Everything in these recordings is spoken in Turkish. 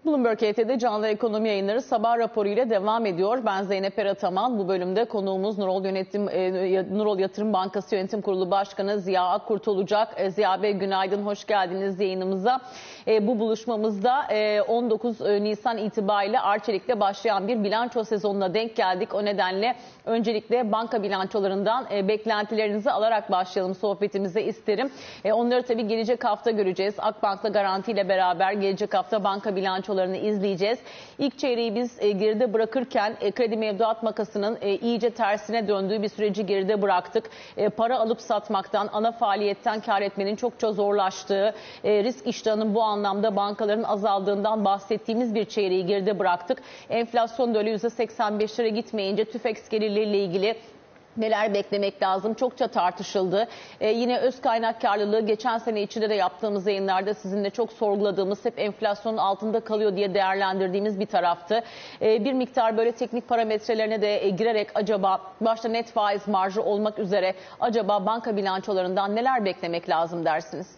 Bloomberg HT'de canlı ekonomi yayınları sabah raporu ile devam ediyor. Ben Zeynep Erataman. Bu bölümde konuğumuz Nurol Yatırım Bankası Yönetim Kurulu Başkanı Ziya Akkurt olacak. Ziya Bey günaydın, hoş geldiniz yayınımıza. Bu buluşmamızda 19 Nisan itibariyle Arçelik'te başlayan bir bilanço sezonuna denk geldik. O nedenle öncelikle banka bilançolarından beklentilerinizi alarak başlayalım sohbetimize isterim. Onları tabii gelecek hafta göreceğiz. Akbank'la Garanti ile beraber gelecek hafta banka bilançolarını izleyeceğiz. İlk çeyreği biz geride bırakırken kredi mevduat makasının iyice tersine döndüğü bir süreci geride bıraktık. Para alıp satmaktan, ana faaliyetten kar etmenin çokça zorlaştığı, risk iştahının bu anlamda bankaların azaldığından bahsettiğimiz bir çeyreği geride bıraktık. Enflasyon da öyle %85'lere gitmeyince TÜFEX gelirleriyle ilgili neler beklemek lazım? Çokça tartışıldı. Yine öz kaynak karlılığı geçen sene içinde de yaptığımız yayınlarda sizinle çok sorguladığımız, hep enflasyonun altında kalıyor diye değerlendirdiğimiz bir taraftı. Bir miktar böyle teknik parametrelerine de girerek acaba başta net faiz marjı olmak üzere acaba banka bilançolarından neler beklemek lazım dersiniz?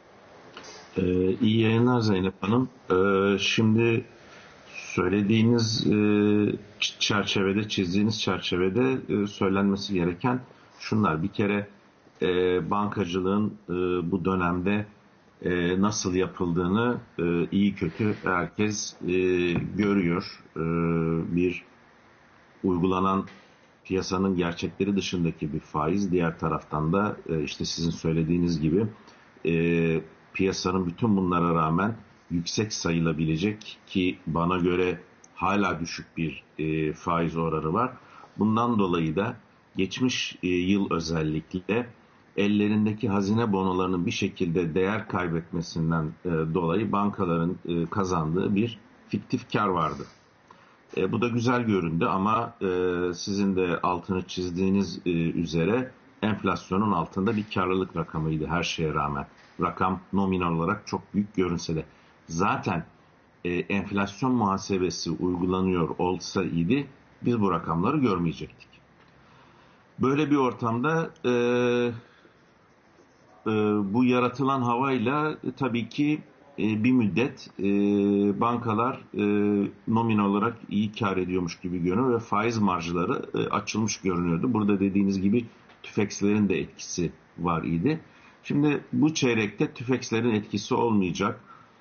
İyi yayınlar Zeynep Hanım. Şimdi söylediğiniz çerçevede, çizdiğiniz çerçevede söylenmesi gereken şunlar. Bir kere bankacılığın bu dönemde nasıl yapıldığını iyi kötü herkes görüyor. Bir uygulanan piyasanın gerçekleri dışındaki bir faiz. Diğer taraftan da işte sizin söylediğiniz gibi piyasanın bütün bunlara rağmen yüksek sayılabilecek ki bana göre hala düşük bir faiz oranı var. Bundan dolayı da geçmiş yıl özellikle ellerindeki hazine bonolarının bir şekilde değer kaybetmesinden dolayı bankaların kazandığı bir fiktif kar vardı. Bu da güzel göründü ama sizin de altını çizdiğiniz üzere enflasyonun altında bir karlılık rakamıydı her şeye rağmen. Rakam nominal olarak çok büyük görünse de. Zaten enflasyon muhasebesi uygulanıyor olsaydı biz bu rakamları görmeyecektik. Böyle bir ortamda bu yaratılan havayla tabii ki bir müddet bankalar nominal olarak iyi kar ediyormuş gibi görünüyor ve faiz marjları açılmış görünüyordu. Burada dediğiniz gibi TÜFEX'lerin de etkisi var idi. Şimdi bu çeyrekte TÜFEX'lerin etkisi olmayacak.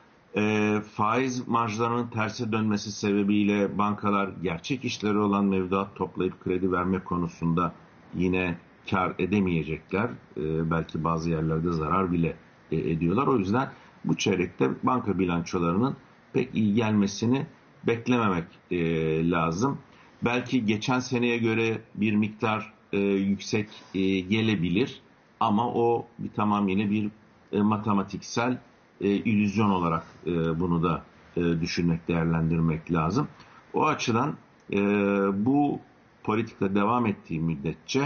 Faiz marjlarının terse dönmesi sebebiyle bankalar gerçek işleri olan mevduat toplayıp kredi verme konusunda yine kar edemeyecekler. Belki bazı yerlerde zarar bile ediyorlar. O yüzden bu çeyrekte banka bilançolarının pek iyi gelmesini beklememek lazım. Belki geçen seneye göre bir miktar yüksek gelebilir ama o tamamıyla bir matematiksel illüzyon olarak bunu da düşünmek, değerlendirmek lazım. O açıdan bu politika devam ettiği müddetçe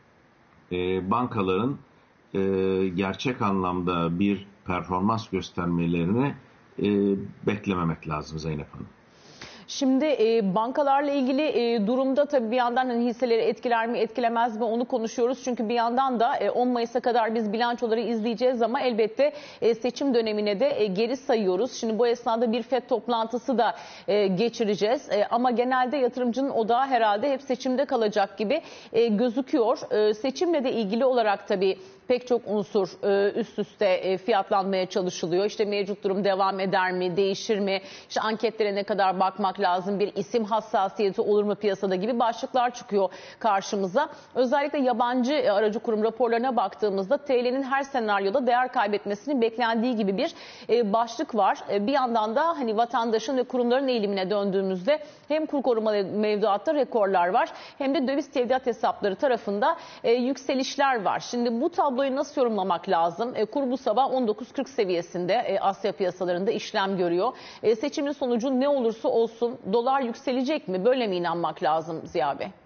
bankaların gerçek anlamda bir performans göstermelerini beklememek lazım Zeynep Hanım. Şimdi bankalarla ilgili durumda tabii bir yandan hani hisseleri etkiler mi etkilemez mi onu konuşuyoruz. Çünkü bir yandan da 10 Mayıs'a kadar biz bilançoları izleyeceğiz ama elbette seçim dönemine de geri sayıyoruz. Şimdi bu esnada bir FED toplantısı da geçireceğiz. Ama genelde yatırımcının odağı herhalde hep seçimde kalacak gibi gözüküyor. Seçimle de ilgili olarak tabii pek çok unsur üst üste fiyatlanmaya çalışılıyor. İşte mevcut durum devam eder mi, değişir mi? İşte anketlere ne kadar bakmak lazım, bir isim hassasiyeti olur mu piyasada gibi başlıklar çıkıyor karşımıza. Özellikle yabancı aracı kurum raporlarına baktığımızda TL'nin her senaryoda değer kaybetmesinin beklendiği gibi bir başlık var. Bir yandan da hani vatandaşın ve kurumların eğilimine döndüğümüzde hem kur koruma mevduatta rekorlar var hem de döviz tevdiat hesapları tarafında yükselişler var. Şimdi bu tabloyu nasıl yorumlamak lazım? Kur bu sabah 19.40 seviyesinde Asya piyasalarında işlem görüyor. Seçimin sonucu ne olursa olsun dolar yükselecek mi? Böyle mi inanmak lazım Ziya Bey?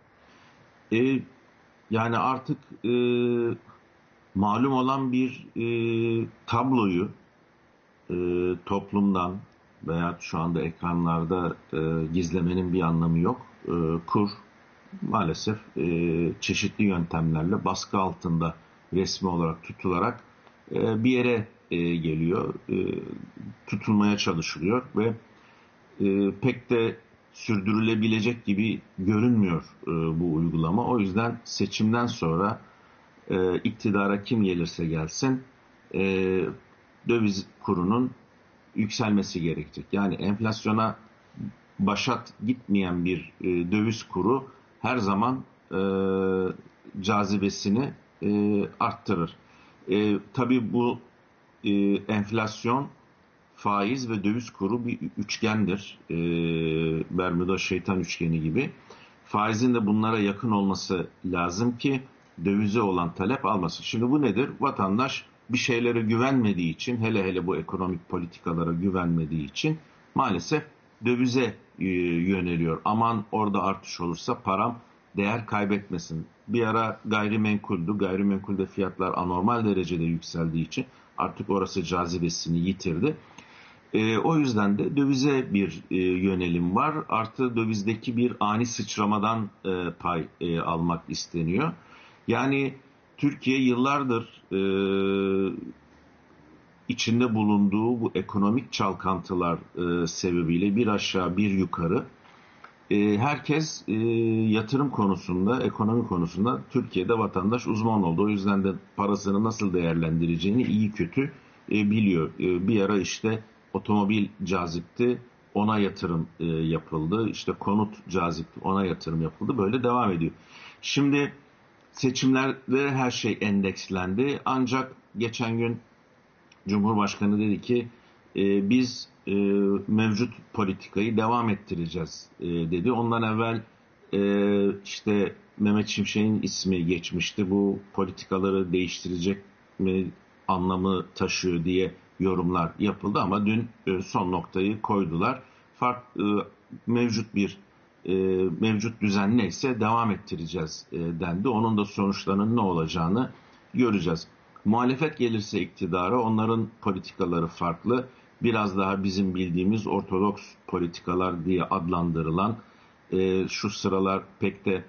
Yani artık malum olan bir tabloyu toplumdan veya şu anda ekranlarda gizlemenin bir anlamı yok. Kur maalesef çeşitli yöntemlerle baskı altında resmi olarak tutularak bir yere geliyor, tutulmaya çalışılıyor ve pek de sürdürülebilecek gibi görünmüyor bu uygulama. O yüzden seçimden sonra iktidara kim gelirse gelsin döviz kurunun yükselmesi gerekecek. Yani enflasyona başat gitmeyen bir döviz kuru her zaman cazibesini arttırır. Tabii bu enflasyon, faiz ve döviz kuru bir üçgendir. Bermuda şeytan üçgeni gibi. Faizin de bunlara yakın olması lazım ki dövize olan talep almasın. Şimdi bu nedir? Vatandaş bir şeylere güvenmediği için, hele hele bu ekonomik politikalara güvenmediği için maalesef dövize yöneliyor. Aman orada artış olursa param değer kaybetmesin. Bir ara gayrimenkuldü. Gayrimenkulde fiyatlar anormal derecede yükseldiği için artık orası cazibesini yitirdi. O yüzden de dövize bir yönelim var. Artı dövizdeki bir ani sıçramadan pay almak isteniyor. Yani Türkiye yıllardır içinde bulunduğu bu ekonomik çalkantılar sebebiyle bir aşağı bir yukarı herkes yatırım konusunda, ekonomi konusunda Türkiye'de vatandaş uzman oldu. O yüzden de parasını nasıl değerlendireceğini iyi kötü biliyor. Bir ara işte otomobil cazipti, ona yatırım yapıldı. İşte konut cazipti, ona yatırım yapıldı. Böyle devam ediyor. Şimdi seçimlerde her şey endekslendi. Ancak geçen gün Cumhurbaşkanı dedi ki biz mevcut politikayı devam ettireceğiz dedi. Ondan evvel işte Mehmet Şimşek'in ismi geçmişti. Bu politikaları değiştirecek mi anlamı taşıyor diye yorumlar yapıldı ama dün son noktayı koydular. Mevcut bir mevcut düzen neyse devam ettireceğiz dendi. Onun da sonuçlarının ne olacağını göreceğiz. Muhalefet gelirse iktidara onların politikaları farklı. Biraz daha bizim bildiğimiz ortodoks politikalar diye adlandırılan şu sıralar pek de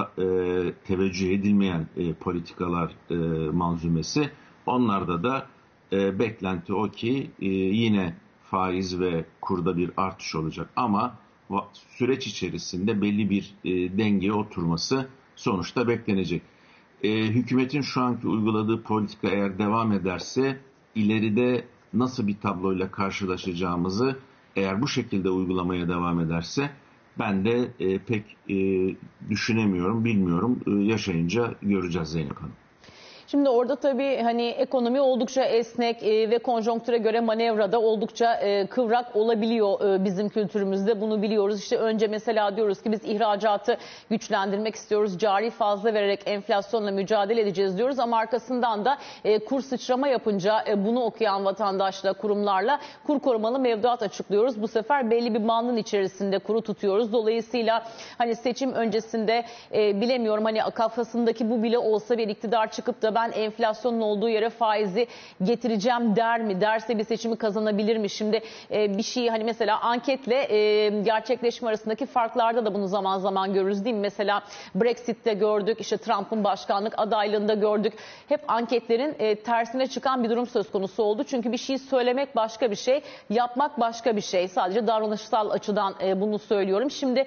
teveccüh edilmeyen politikalar manzumesi. Onlarda da beklenti o ki yine faiz ve kurda bir artış olacak ama süreç içerisinde belli bir dengeye oturması sonuçta beklenecek. Hükümetin şu anki uyguladığı politika eğer devam ederse ileride nasıl bir tabloyla karşılaşacağımızı eğer bu şekilde uygulamaya devam ederse ben de pek düşünemiyorum, bilmiyorum. Yaşayınca göreceğiz Zeynep Hanım. Şimdi orada tabii hani ekonomi oldukça esnek ve konjonktüre göre manevrada oldukça kıvrak olabiliyor bizim kültürümüzde. Bunu biliyoruz. İşte önce mesela diyoruz ki biz ihracatı güçlendirmek istiyoruz. Cari fazla vererek enflasyonla mücadele edeceğiz diyoruz. Ama arkasından da kur sıçrama yapınca bunu okuyan vatandaşla, kurumlarla kur korumalı mevduat açıklıyoruz. Bu sefer belli bir bandın içerisinde kuru tutuyoruz. Dolayısıyla hani seçim öncesinde bilemiyorum hani kafasındaki bu bile olsa bir iktidar çıkıp da ben enflasyonun olduğu yere faizi getireceğim der mi? Derse bir seçimi kazanabilir mi? Şimdi bir şey hani mesela anketle gerçekleşme arasındaki farklarda da bunu zaman zaman görürüz değil mi? Mesela Brexit'te gördük, işte Trump'ın başkanlık adaylığında gördük. Hep anketlerin tersine çıkan bir durum söz konusu oldu. Çünkü bir şeyi söylemek başka bir şey, yapmak başka bir şey. Sadece davranışsal açıdan bunu söylüyorum. Şimdi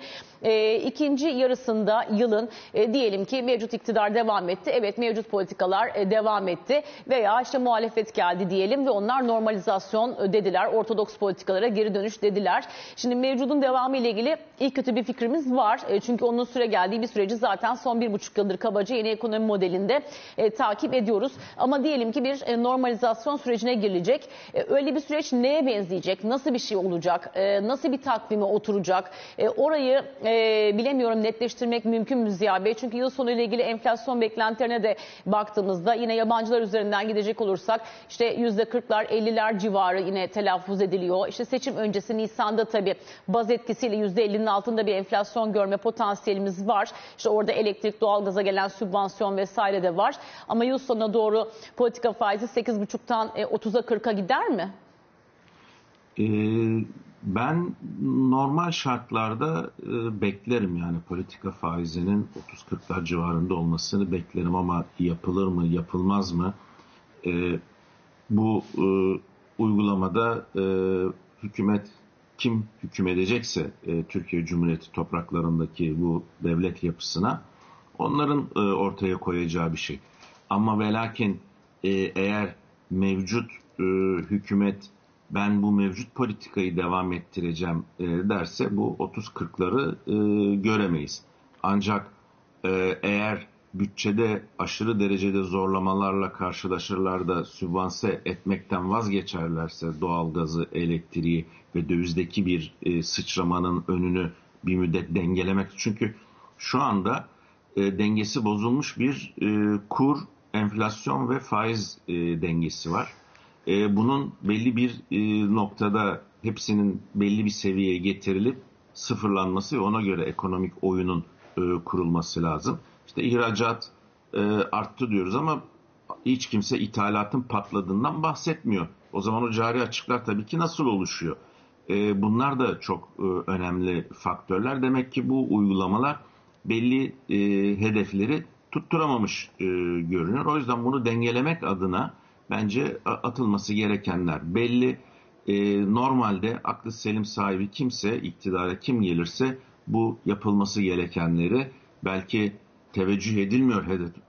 ikinci yarısında yılın diyelim ki mevcut iktidar devam etti. Evet, mevcut politikalar devam etti veya işte muhalefet geldi diyelim ve onlar normalizasyon dediler. Ortodoks politikalara geri dönüş dediler. Şimdi mevcudun devamı ile ilgili iyi kötü bir fikrimiz var. Çünkü onun süre geldiği bir süreci zaten son 1,5 yıldır kabaca yeni ekonomi modelinde takip ediyoruz. Ama diyelim ki bir normalizasyon sürecine girilecek. Öyle bir süreç neye benzeyecek? Nasıl bir şey olacak? Nasıl bir takvime oturacak? Orayı bilemiyorum, netleştirmek mümkün mü Ziya Bey? Çünkü yıl sonu ile ilgili enflasyon beklentilerine de baktığımızda yine yabancılar üzerinden gidecek olursak işte %40'lar 50'ler civarı yine telaffuz ediliyor. İşte seçim öncesi Nisan'da tabii baz etkisiyle %50'nin altında bir enflasyon görme potansiyelimiz var. İşte orada elektrik, doğalgaza gelen sübvansiyon vesaire de var. Ama yıl sonuna doğru politika faizi 8,5'tan 30'a 40'a gider mi? Ben normal şartlarda beklerim yani politika faizinin 30-40'lar civarında olmasını beklerim ama yapılır mı yapılmaz mı? Bu uygulamada hükümet kim hükmedecekse Türkiye Cumhuriyeti topraklarındaki bu devlet yapısına onların ortaya koyacağı bir şey. Ama ve lakin eğer mevcut hükümet ben bu mevcut politikayı devam ettireceğim derse bu 30-40'ları göremeyiz. Ancak eğer bütçede aşırı derecede zorlamalarla karşılaşırlar da sübvanse etmekten vazgeçerlerse doğalgazı, elektriği ve dövizdeki bir sıçramanın önünü bir müddet dengelemek. Çünkü şu anda dengesi bozulmuş bir kur, enflasyon ve faiz dengesi var. Bunun belli bir noktada hepsinin belli bir seviyeye getirilip sıfırlanması ve ona göre ekonomik oyunun kurulması lazım. İşte ihracat arttı diyoruz ama hiç kimse ithalatın patladığından bahsetmiyor. O zaman o cari açıklar tabii ki nasıl oluşuyor? Bunlar da çok önemli faktörler. Demek ki bu uygulamalar belli hedefleri tutturamamış görünüyor. O yüzden bunu dengelemek adına bence atılması gerekenler belli. Normalde aklı selim sahibi kimse, iktidara kim gelirse bu yapılması gerekenleri belki teveccüh edilmiyor,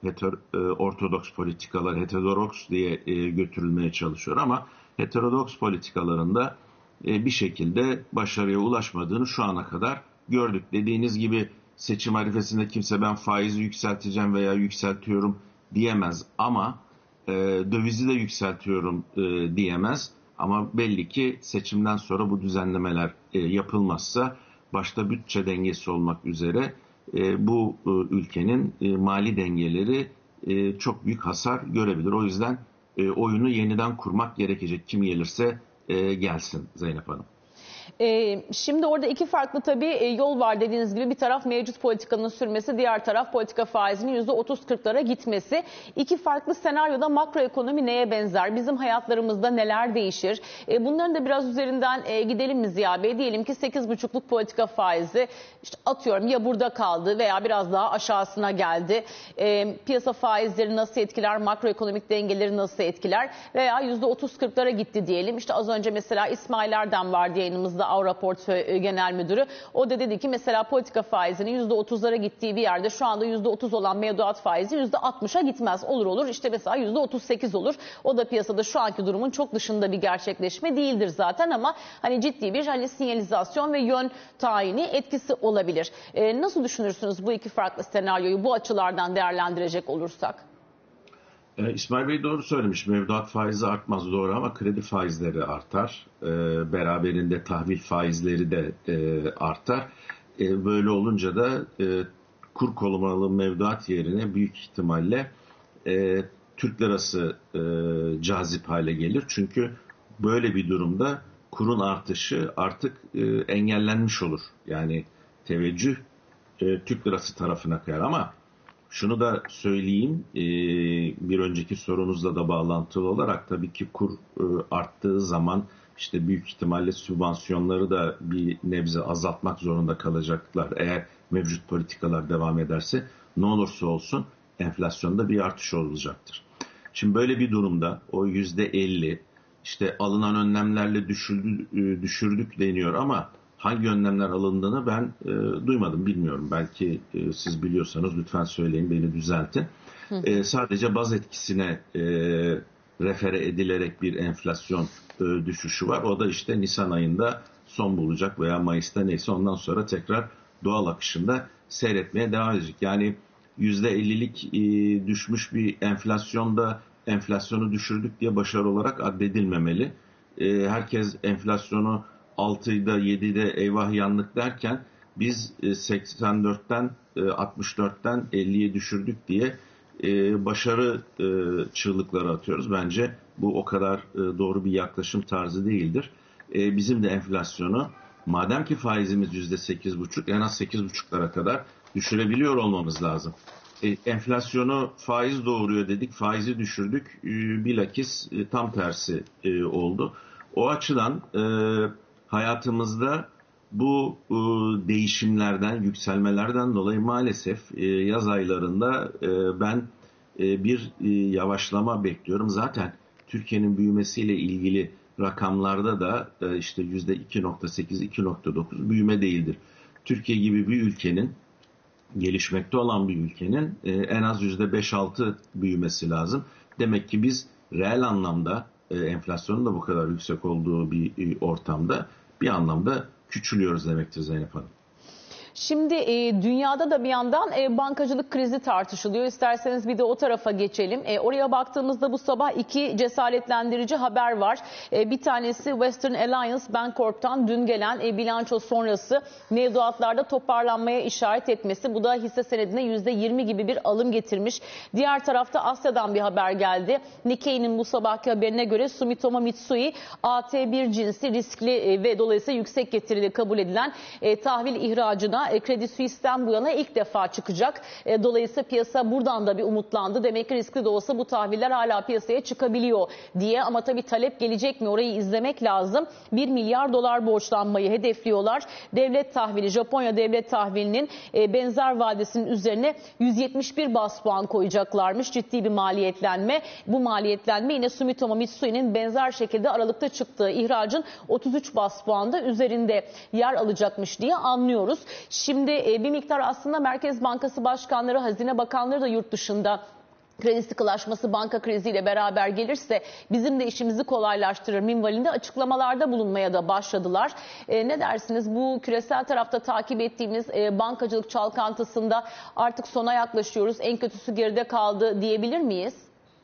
ortodoks politikalar heterodoks diye götürülmeye çalışıyor ama heterodoks politikalarında bir şekilde başarıya ulaşmadığını şu ana kadar gördük. Dediğiniz gibi seçim arifesinde kimse ben faizi yükselteceğim veya yükseltiyorum diyemez ama dövizi de yükseltiyorum diyemez. Ama belli ki seçimden sonra bu düzenlemeler yapılmazsa başta bütçe dengesi olmak üzere bu ülkenin mali dengeleri çok büyük hasar görebilir. O yüzden oyunu yeniden kurmak gerekecek. Kim gelirse gelsin Zeynep Hanım. Şimdi orada iki farklı tabii yol var dediğiniz gibi. Bir taraf mevcut politikanın sürmesi, diğer taraf politika faizinin %30-40'lara gitmesi. İki farklı senaryoda makroekonomi neye benzer? Bizim hayatlarımızda neler değişir? Bunların da biraz üzerinden gidelim mi Ziya Bey? Diyelim ki 8,5'luk politika faizi işte atıyorum ya burada kaldı veya biraz daha aşağısına geldi. Piyasa faizleri nasıl etkiler? Makroekonomik dengeleri nasıl etkiler? Veya %30-40'lara gitti diyelim. İşte az önce mesela İsmail Erdem vardı yayınımızda, Avra Portföy Genel Müdürü. O da dedi ki mesela politika faizinin %30'lara gittiği bir yerde şu anda %30 olan mevduat faizi %60'a gitmez. Olur işte mesela %38 olur. O da piyasada şu anki durumun çok dışında bir gerçekleşme değildir zaten ama hani ciddi bir sinyalizasyon ve yön tayini etkisi olabilir. Nasıl düşünürsünüz bu iki farklı senaryoyu bu açılardan değerlendirecek olursak? İsmail Bey doğru söylemiş. Mevduat faizi artmaz doğru ama kredi faizleri artar. Beraberinde tahvil faizleri de artar. Böyle olunca da kur korumalı mevduat yerine büyük ihtimalle Türk lirası cazip hale gelir. Çünkü böyle bir durumda kurun artışı artık engellenmiş olur. Yani teveccüh Türk lirası tarafına kayar ama şunu da söyleyeyim, bir önceki sorunuzla da bağlantılı olarak tabii ki kur arttığı zaman işte büyük ihtimalle sübvansiyonları da bir nebze azaltmak zorunda kalacaklar. Eğer mevcut politikalar devam ederse ne olursa olsun enflasyonda bir artış olacaktır. Şimdi böyle bir durumda o %50 işte alınan önlemlerle düşürdük deniyor ama hangi önlemler alındığını ben duymadım, bilmiyorum. Belki siz biliyorsanız lütfen söyleyin, beni düzeltin. Sadece baz etkisine refere edilerek bir enflasyon düşüşü var. O da işte Nisan ayında son bulacak veya Mayıs'ta neyse ondan sonra tekrar doğal akışında seyretmeye devam edecek. Yani %50'lik düşmüş bir enflasyonda enflasyonu düşürdük diye başarı olarak addedilmemeli. Herkes enflasyonu 6'da 7'de eyvah yandık derken biz 84'ten 64'ten 50'ye düşürdük diye başarı çığlıkları atıyoruz. Bence bu o kadar doğru bir yaklaşım tarzı değildir. Bizim de enflasyonu madem ki faizimiz %8,5 en az 8,5'lara kadar düşürebiliyor olmamız lazım. Enflasyonu faiz doğuruyor dedik, faizi düşürdük. Bilakis tam tersi oldu. O açıdan hayatımızda bu değişimlerden, yükselmelerden dolayı maalesef yaz aylarında ben bir yavaşlama bekliyorum. Zaten Türkiye'nin büyümesiyle ilgili rakamlarda da işte %2.8, 2.9 büyüme değildir. Türkiye gibi bir ülkenin, gelişmekte olan bir ülkenin en az %5-6 büyümesi lazım. Demek ki biz reel anlamda enflasyonun da bu kadar yüksek olduğu bir ortamda bir anlamda küçülüyoruz demektir Zeynep Hanım. Şimdi dünyada da bir yandan bankacılık krizi tartışılıyor. İsterseniz bir de o tarafa geçelim. Oraya baktığımızda bu sabah iki cesaretlendirici haber var. Bir tanesi Western Alliance Bancorp'tan dün gelen bilanço sonrası mevduatlarda toparlanmaya işaret etmesi. Bu da hisse senedine %20 gibi bir alım getirmiş. Diğer tarafta Asya'dan bir haber geldi. Nikkei'nin bu sabahki haberine göre Sumitomo Mitsui AT1 cinsi riskli ve dolayısıyla yüksek getirili kabul edilen tahvil ihracına Credit Suisse'den bu yana ilk defa çıkacak. Dolayısıyla piyasa buradan da bir umutlandı. Demek ki riskli de olsa bu tahviller hala piyasaya çıkabiliyor diye. Ama tabii talep gelecek mi? Orayı izlemek lazım. 1 milyar dolar borçlanmayı hedefliyorlar. Devlet tahvili, Japonya devlet tahvilinin benzer vadesinin üzerine 171 bas puan koyacaklarmış. Ciddi bir maliyetlenme. Bu maliyetlenme yine Sumitomo Mitsui'nin benzer şekilde Aralık'ta çıktığı ihracın 33 bas puanda üzerinde yer alacakmış diye anlıyoruz. Şimdi bir miktar aslında Merkez Bankası başkanları, Hazine Bakanları da yurt dışında kredi sıkılaşması, banka kriziyle beraber gelirse bizim de işimizi kolaylaştırır minvalinde açıklamalarda bulunmaya da başladılar. Ne dersiniz? Bu küresel tarafta takip ettiğimiz bankacılık çalkantısında artık sona yaklaşıyoruz. En kötüsü geride kaldı diyebilir miyiz?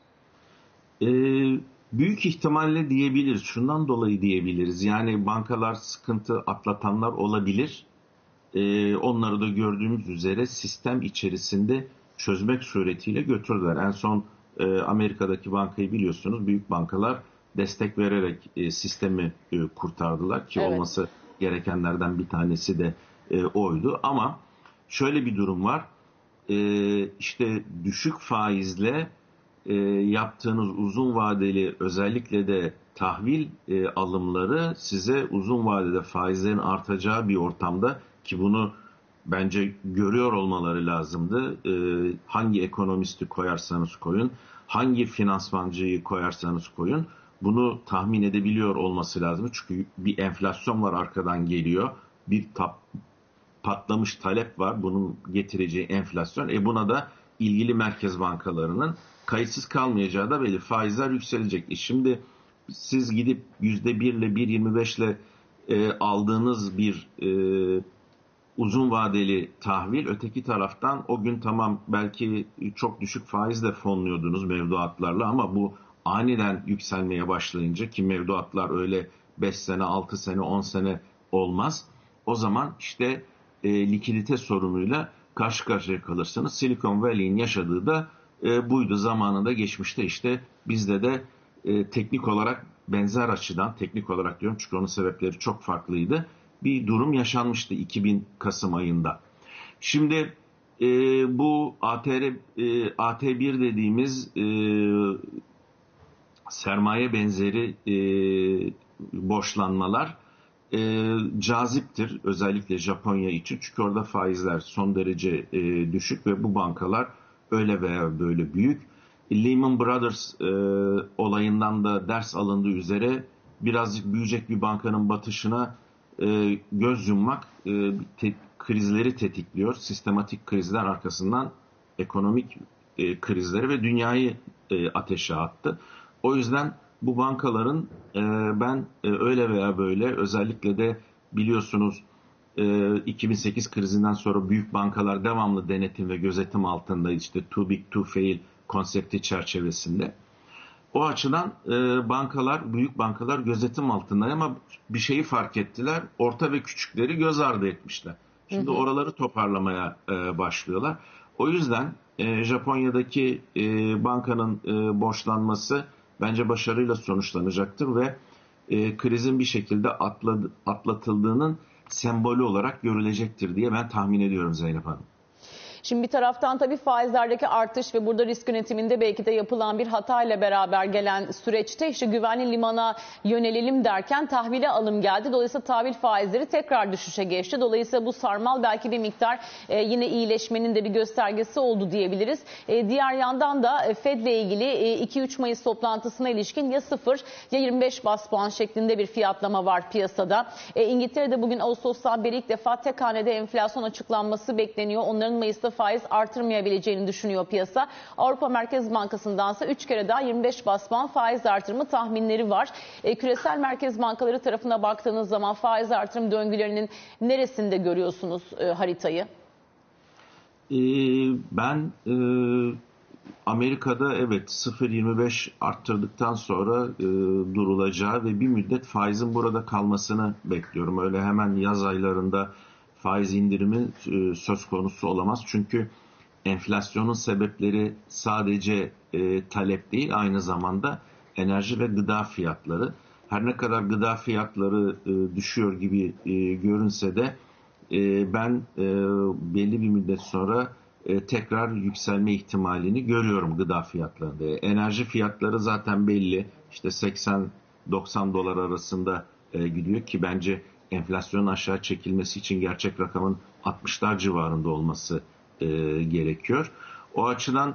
Büyük ihtimalle diyebiliriz. Şundan dolayı diyebiliriz. Yani bankalar sıkıntı atlatanlar olabilir. Onları da gördüğümüz üzere sistem içerisinde çözmek suretiyle götürdüler. En son Amerika'daki bankayı biliyorsunuz, büyük bankalar destek vererek sistemi kurtardılar ki evet, olması gerekenlerden bir tanesi de oydu. Ama şöyle bir durum var, işte düşük faizle yaptığınız uzun vadeli özellikle de tahvil alımları size uzun vadede faizlerin artacağı bir ortamda, ki bunu bence görüyor olmaları lazımdı. Hangi ekonomisti koyarsanız koyun, hangi finansmancıyı koyarsanız koyun, bunu tahmin edebiliyor olması lazım. Çünkü bir enflasyon var, arkadan geliyor. Bir patlamış talep var, bunun getireceği enflasyon. Buna da ilgili merkez bankalarının kayıtsız kalmayacağı da belli. Faizler yükselecek. Şimdi siz gidip %1 ile 1,25 ile aldığınız bir uzun vadeli tahvil, öteki taraftan o gün tamam belki çok düşük faizle fonluyordunuz mevduatlarla, ama bu aniden yükselmeye başlayınca, ki mevduatlar öyle 5 sene, 6 sene, 10 sene olmaz. O zaman işte likidite sorunuyla karşı karşıya kalırsınız. Silicon Valley'in yaşadığı da buydu zamanında, geçmişte işte bizde de teknik olarak benzer açıdan, teknik olarak diyorum çünkü onun sebepleri çok farklıydı, bir durum yaşanmıştı 2000 Kasım ayında. Şimdi bu AT1 dediğimiz sermaye benzeri borçlanmalar caziptir, özellikle Japonya için, çünkü orada faizler son derece düşük ve bu bankalar öyle veya böyle büyük. Lehman Brothers olayından da ders alındığı üzere birazcık büyüyecek bir bankanın batışına göz yummak krizleri tetikliyor. Sistematik krizler arkasından ekonomik krizleri ve dünyayı ateşe attı. O yüzden bu bankaların ben öyle veya böyle, özellikle de biliyorsunuz 2008 krizinden sonra büyük bankalar devamlı denetim ve gözetim altında, işte too big to fail konsepti çerçevesinde. O açıdan bankalar, büyük bankalar gözetim altında, ama bir şeyi fark ettiler. Orta ve küçükleri göz ardı etmişler. Şimdi oraları toparlamaya başlıyorlar. O yüzden Japonya'daki bankanın borçlanması bence başarıyla sonuçlanacaktır ve krizin bir şekilde atlatıldığının sembolü olarak görülecektir diye ben tahmin ediyorum Zeynep Hanım. Şimdi bir taraftan tabii faizlerdeki artış ve burada risk yönetiminde belki de yapılan bir hatayla beraber gelen süreçte işte güvenli limana yönelelim derken tahvile alım geldi. Dolayısıyla tahvil faizleri tekrar düşüşe geçti. Dolayısıyla bu sarmal belki bir miktar yine iyileşmenin de bir göstergesi oldu diyebiliriz. Diğer yandan da Fed'le ilgili 2-3 Mayıs toplantısına ilişkin ya 0 ya 25 bas puan şeklinde bir fiyatlama var piyasada. İngiltere'de bugün Ağustos'tan beri ilk defa tek hanede enflasyon açıklanması bekleniyor. Onların Mayıs'ta faiz artırmayabileceğini düşünüyor piyasa. Avrupa Merkez Bankası'ndansa 3 kere daha 25 bas puan faiz artırımı tahminleri var. Küresel merkez bankaları tarafına baktığınız zaman faiz artırım döngülerinin neresinde görüyorsunuz haritayı? Ben Amerika'da evet 0,25 arttırdıktan sonra durulacağı ve bir müddet faizin burada kalmasını bekliyorum. Öyle hemen yaz aylarında faiz indirimi söz konusu olamaz. Çünkü enflasyonun sebepleri sadece talep değil, aynı zamanda enerji ve gıda fiyatları. Her ne kadar gıda fiyatları düşüyor gibi görünse de ben belli bir müddet sonra tekrar yükselme ihtimalini görüyorum gıda fiyatlarında. Enerji fiyatları zaten belli. İşte 80-90 dolar arasında gidiyor ki bence enflasyonun aşağı çekilmesi için gerçek rakamın 60'lar civarında olması gerekiyor. O açıdan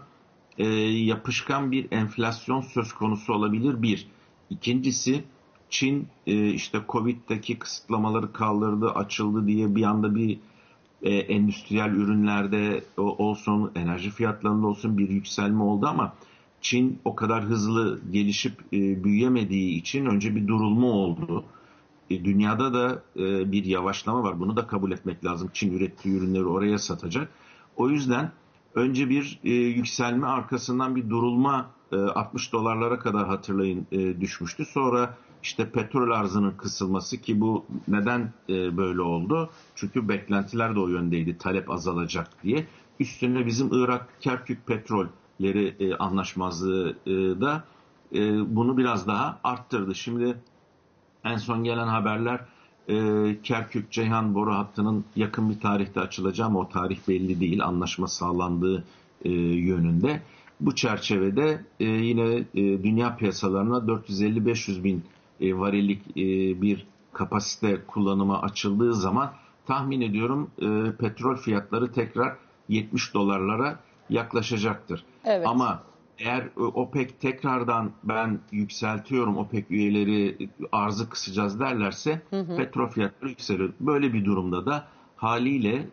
yapışkan bir enflasyon söz konusu olabilir bir. İkincisi Çin işte Covid'deki kısıtlamaları kaldırdı, açıldı diye bir anda bir endüstriyel ürünlerde olsun, enerji fiyatlarında olsun bir yükselme oldu ama Çin o kadar hızlı gelişip büyüyemediği için önce bir durulma oldu. Dünyada da bir yavaşlama var. Bunu da kabul etmek lazım. Çin ürettiği ürünleri oraya satacak. O yüzden önce bir yükselme arkasından bir durulma 60 dolarlara kadar hatırlayın düşmüştü. Sonra işte petrol arzının kısılması ki bu neden böyle oldu? Çünkü beklentiler de o yöndeydi. Talep azalacak diye. Üstüne bizim Irak-Kerkük petrolleri anlaşmazlığı da bunu biraz daha arttırdı. Şimdi en son gelen haberler Kerkük-Ceyhan boru hattının yakın bir tarihte açılacağı ama o tarih belli değil. Anlaşma sağlandığı yönünde. Bu çerçevede yine dünya piyasalarına 450-500 bin varillik bir kapasite kullanıma açıldığı zaman tahmin ediyorum petrol fiyatları tekrar 70 dolarlara yaklaşacaktır. Evet. Ama eğer OPEC tekrardan ben yükseltiyorum, OPEC üyeleri arzı kısacağız derlerse petrol fiyatları yükselir. Böyle bir durumda da haliyle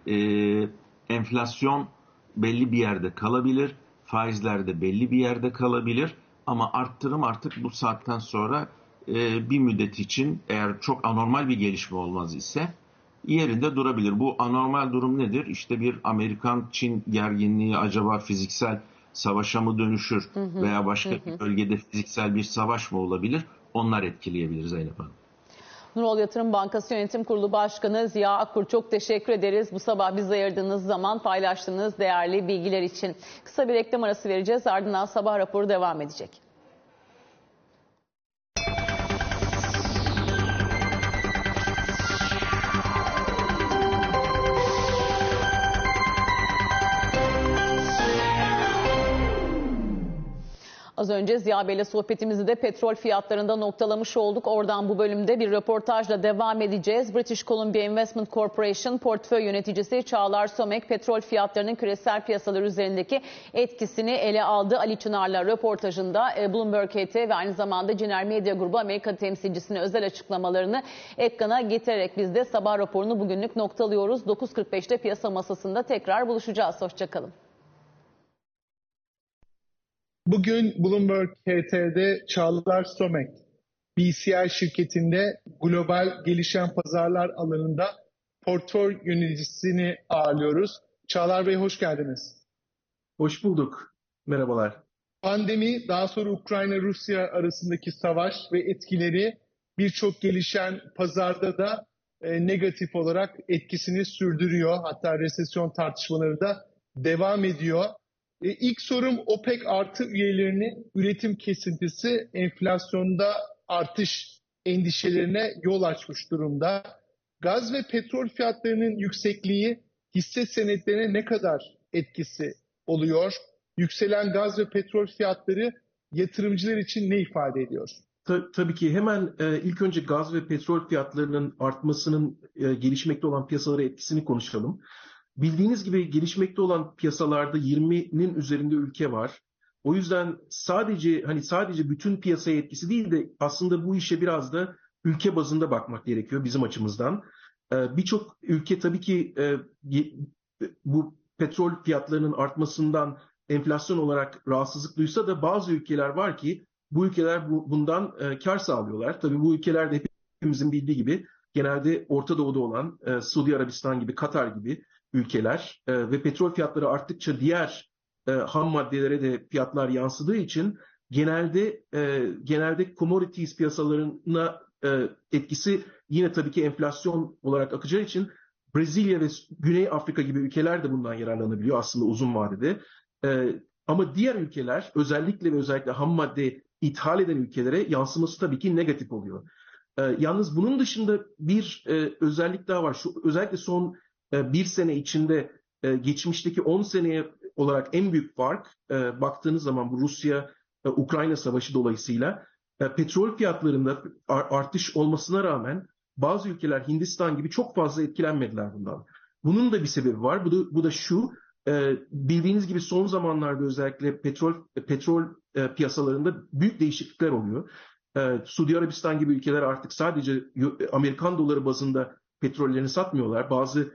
enflasyon belli bir yerde kalabilir, faizler de belli bir yerde kalabilir ama arttırım artık bu saatten sonra bir müddet için eğer çok anormal bir gelişme olmaz ise yerinde durabilir. Bu anormal durum nedir? İşte bir Amerikan-Çin gerginliği acaba fiziksel savaşa mı dönüşür veya başka bir bölgede fiziksel bir savaş mı olabilir? Onlar etkileyebilir Zeynep Hanım. Nurol Yatırım Bankası Yönetim Kurulu Başkanı Ziya Akkur, çok teşekkür ederiz. Bu sabah bize ayırdığınız zaman paylaştığınız değerli bilgiler için. Kısa bir reklam arası vereceğiz. Ardından sabah raporu devam edecek. Az önce Ziya Bey'le sohbetimizi de petrol fiyatlarında noktalamış olduk. Oradan bu bölümde bir röportajla devam edeceğiz. British Columbia Investment Corporation portföy yöneticisi Çağlar Somek petrol fiyatlarının küresel piyasalar üzerindeki etkisini ele aldı. Ali Çınar'la röportajında Bloomberg HT ve aynı zamanda Ciner Medya Grubu Amerika temsilcisine özel açıklamalarını ekrana getirerek biz de sabah raporunu bugünlük noktalıyoruz. 9.45'te piyasa masasında tekrar buluşacağız. Hoşçakalın. Bugün Bloomberg HT'de Çağlar Somek, BCI şirketinde global gelişen pazarlar alanında portföy yöneticisini ağırlıyoruz. Çağlar Bey hoş geldiniz. Hoş bulduk. Merhabalar. Pandemi, daha sonra Ukrayna-Rusya arasındaki savaş ve etkileri birçok gelişen pazarda da negatif olarak etkisini sürdürüyor. Hatta resesyon tartışmaları da devam ediyor. İlk sorum OPEC artı üyelerinin üretim kesintisi enflasyonda artış endişelerine yol açmış durumda. Gaz ve petrol fiyatlarının yüksekliği hisse senetlerine ne kadar etkisi oluyor? Yükselen gaz ve petrol fiyatları yatırımcılar için ne ifade ediyor? Tabii ki hemen ilk önce gaz ve petrol fiyatlarının artmasının gelişmekte olan piyasalara etkisini konuşalım. Bildiğiniz gibi gelişmekte olan piyasalarda 20'nin üzerinde ülke var. O yüzden sadece bütün piyasaya etkisi değil de aslında bu işe biraz da ülke bazında bakmak gerekiyor bizim açımızdan. Birçok ülke tabii ki bu petrol fiyatlarının artmasından enflasyon olarak rahatsızlık duysa da bazı ülkeler var ki bu ülkeler bundan kar sağlıyorlar. Tabii bu ülkeler de hepimizin bildiği gibi genelde Orta Doğu'da olan Suudi Arabistan gibi, Katar gibi ülkeler ve petrol fiyatları arttıkça diğer ham maddelere de fiyatlar yansıdığı için genelde commodities piyasalarına etkisi yine tabii ki enflasyon olarak akacağı için Brezilya ve Güney Afrika gibi ülkeler de bundan yararlanabiliyor aslında uzun vadede. Ama diğer ülkeler özellikle ham madde ithal eden ülkelere yansıması tabii ki negatif oluyor. Yalnız bunun dışında bir özellik daha var. Özellikle son bir sene içinde geçmişteki 10 seneye olarak en büyük fark baktığınız zaman bu Rusya-Ukrayna savaşı dolayısıyla petrol fiyatlarında artış olmasına rağmen bazı ülkeler Hindistan gibi çok fazla etkilenmediler bundan. Bunun da bir sebebi var. Bu da şu. Bildiğiniz gibi son zamanlarda özellikle petrol piyasalarında büyük değişiklikler oluyor. Suudi Arabistan gibi ülkeler artık sadece Amerikan doları bazında petrollerini satmıyorlar. Bazı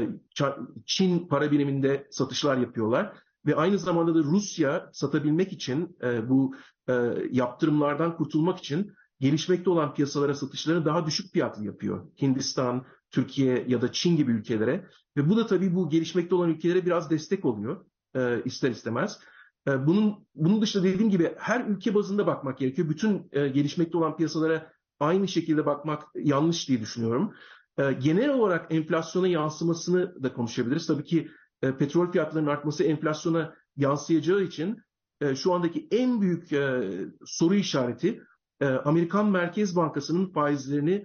Çin para biriminde satışlar yapıyorlar. Ve aynı zamanda da Rusya satabilmek için bu yaptırımlardan kurtulmak için gelişmekte olan piyasalara satışlarını daha düşük fiyatlı yapıyor. Hindistan, Türkiye ya da Çin gibi ülkelere. Ve bu da tabii bu gelişmekte olan ülkelere biraz destek oluyor ister istemez. Bunun dışında dediğim gibi her ülke bazında bakmak gerekiyor. Bütün gelişmekte olan piyasalara aynı şekilde bakmak yanlış diye düşünüyorum. Genel olarak enflasyona yansımasını da konuşabiliriz. Tabii ki petrol fiyatlarının artması enflasyona yansıyacağı için şu andaki en büyük soru işareti Amerikan Merkez Bankası'nın faizlerini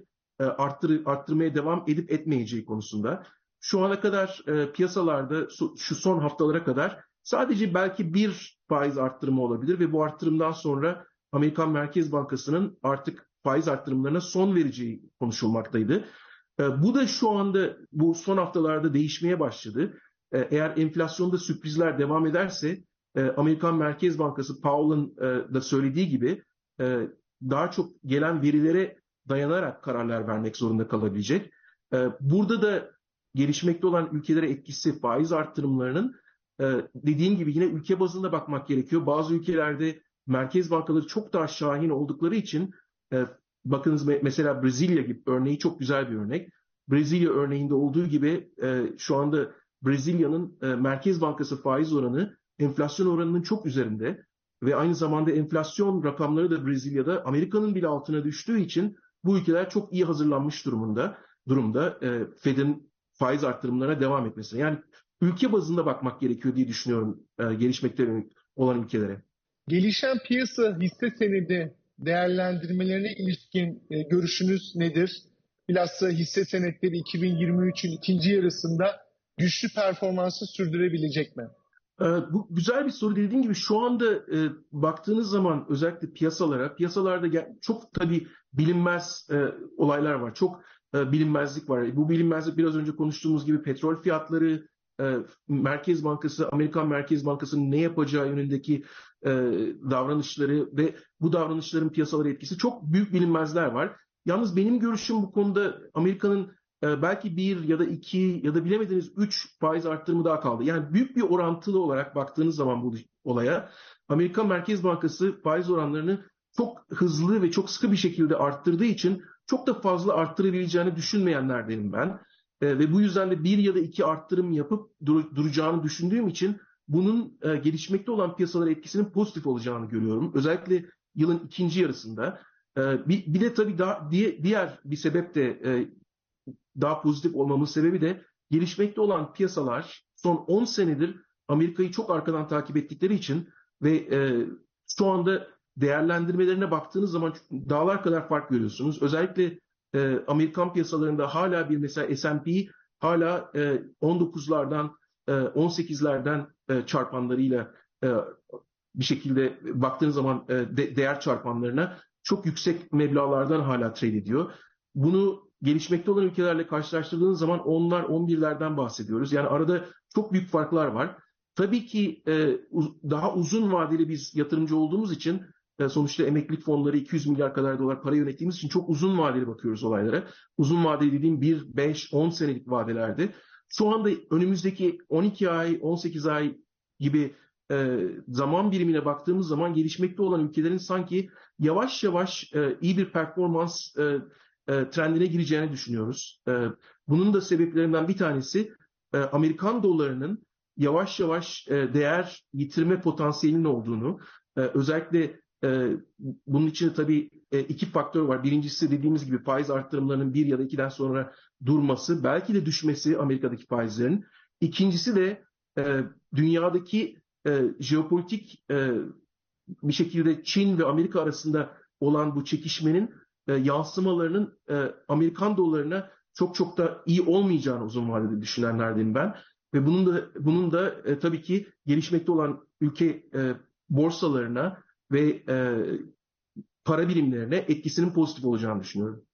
arttırmaya devam edip etmeyeceği konusunda. Şu ana kadar piyasalarda şu son haftalara kadar sadece belki bir faiz arttırımı olabilir ve bu arttırımdan sonra Amerikan Merkez Bankası'nın artık faiz arttırımlarına son vereceği konuşulmaktaydı. Bu da şu anda bu son haftalarda değişmeye başladı. Eğer enflasyonda sürprizler devam ederse Amerikan Merkez Bankası Powell'ın da söylediği gibi daha çok gelen verilere dayanarak kararlar vermek zorunda kalabilecek. Burada da gelişmekte olan ülkelere etkisi faiz arttırımlarının dediğim gibi yine ülke bazında bakmak gerekiyor. Bazı ülkelerde merkez bankaları çok daha şahin oldukları için bakınız mesela Brezilya gibi örneği çok güzel bir örnek. Brezilya örneğinde olduğu gibi şu anda Brezilya'nın Merkez Bankası faiz oranı enflasyon oranının çok üzerinde ve aynı zamanda enflasyon rakamları da Brezilya'da Amerika'nın bile altına düştüğü için bu ülkeler çok iyi hazırlanmış durumda Fed'in faiz arttırımlarına devam etmesine. Yani ülke bazında bakmak gerekiyor diye düşünüyorum gelişmekte olan ülkelere. Gelişen piyasa hisse senedi değerlendirmelerine ilişkin görüşünüz nedir? Bilhassa hisse senetleri 2023'ün ikinci yarısında güçlü performansı sürdürebilecek mi? Bu güzel bir soru. Dediğim gibi şu anda baktığınız zaman özellikle piyasalarda çok tabii bilinmez olaylar var. Çok bilinmezlik var. Bu bilinmezlik biraz önce konuştuğumuz gibi petrol fiyatları, Merkez Bankası, Amerikan Merkez Bankası'nın ne yapacağı yönündeki davranışları ve bu davranışların piyasalara etkisi çok büyük bilinmezler var. Yalnız benim görüşüm bu konuda Amerika'nın belki 1 ya da 2 ya da bilemediniz 3 faiz arttırımı daha kaldı. Yani büyük bir orantılı olarak baktığınız zaman bu olaya Amerikan Merkez Bankası faiz oranlarını çok hızlı ve çok sıkı bir şekilde arttırdığı için çok da fazla arttırabileceğini düşünmeyenlerdenim ben. Ve bu yüzden de 1 ya da 2 arttırım yapıp duracağını düşündüğüm için bunun gelişmekte olan piyasalara etkisinin pozitif olacağını görüyorum. Özellikle yılın ikinci yarısında. Bir de tabii diğer bir sebep de daha pozitif olmamın sebebi de gelişmekte olan piyasalar son 10 senedir Amerika'yı çok arkadan takip ettikleri için ve şu anda değerlendirmelerine baktığınız zaman dağlar kadar fark görüyorsunuz. Özellikle Amerikan piyasalarında hala mesela S&P hala 19'lardan 18'lerden çarpanlarıyla bir şekilde baktığınız zaman değer çarpanlarına çok yüksek meblağlardan hala trade ediyor. Bunu gelişmekte olan ülkelerle karşılaştırdığınız zaman onlar 11'lerden bahsediyoruz. Yani arada çok büyük farklar var. Tabii ki daha uzun vadeli biz yatırımcı olduğumuz için sonuçta emeklilik fonları 200 milyar kadar dolar para yönettiğimiz için çok uzun vadeli bakıyoruz olaylara. Uzun vadeli dediğim 1, 5, 10 senelik vadelerde. Şu anda önümüzdeki 12 ay, 18 ay gibi zaman birimine baktığımız zaman gelişmekte olan ülkelerin sanki yavaş yavaş iyi bir performans trendine gireceğini düşünüyoruz. Bunun da sebeplerinden bir tanesi Amerikan dolarının yavaş yavaş değer yitirme potansiyelinin olduğunu, özellikle bunun için tabii iki faktör var. Birincisi dediğimiz gibi faiz arttırımlarının 1 ya da 2'den sonra durması, belki de düşmesi Amerika'daki faizlerin. İkincisi de dünyadaki jeopolitik bir şekilde Çin ve Amerika arasında olan bu çekişmenin yansımalarının Amerikan dolarına çok çok da iyi olmayacağını uzun vadede düşünenlerdenim ben. Ve bunun da tabii ki gelişmekte olan ülke borsalarına ve para birimlerine etkisinin pozitif olacağını düşünüyorum.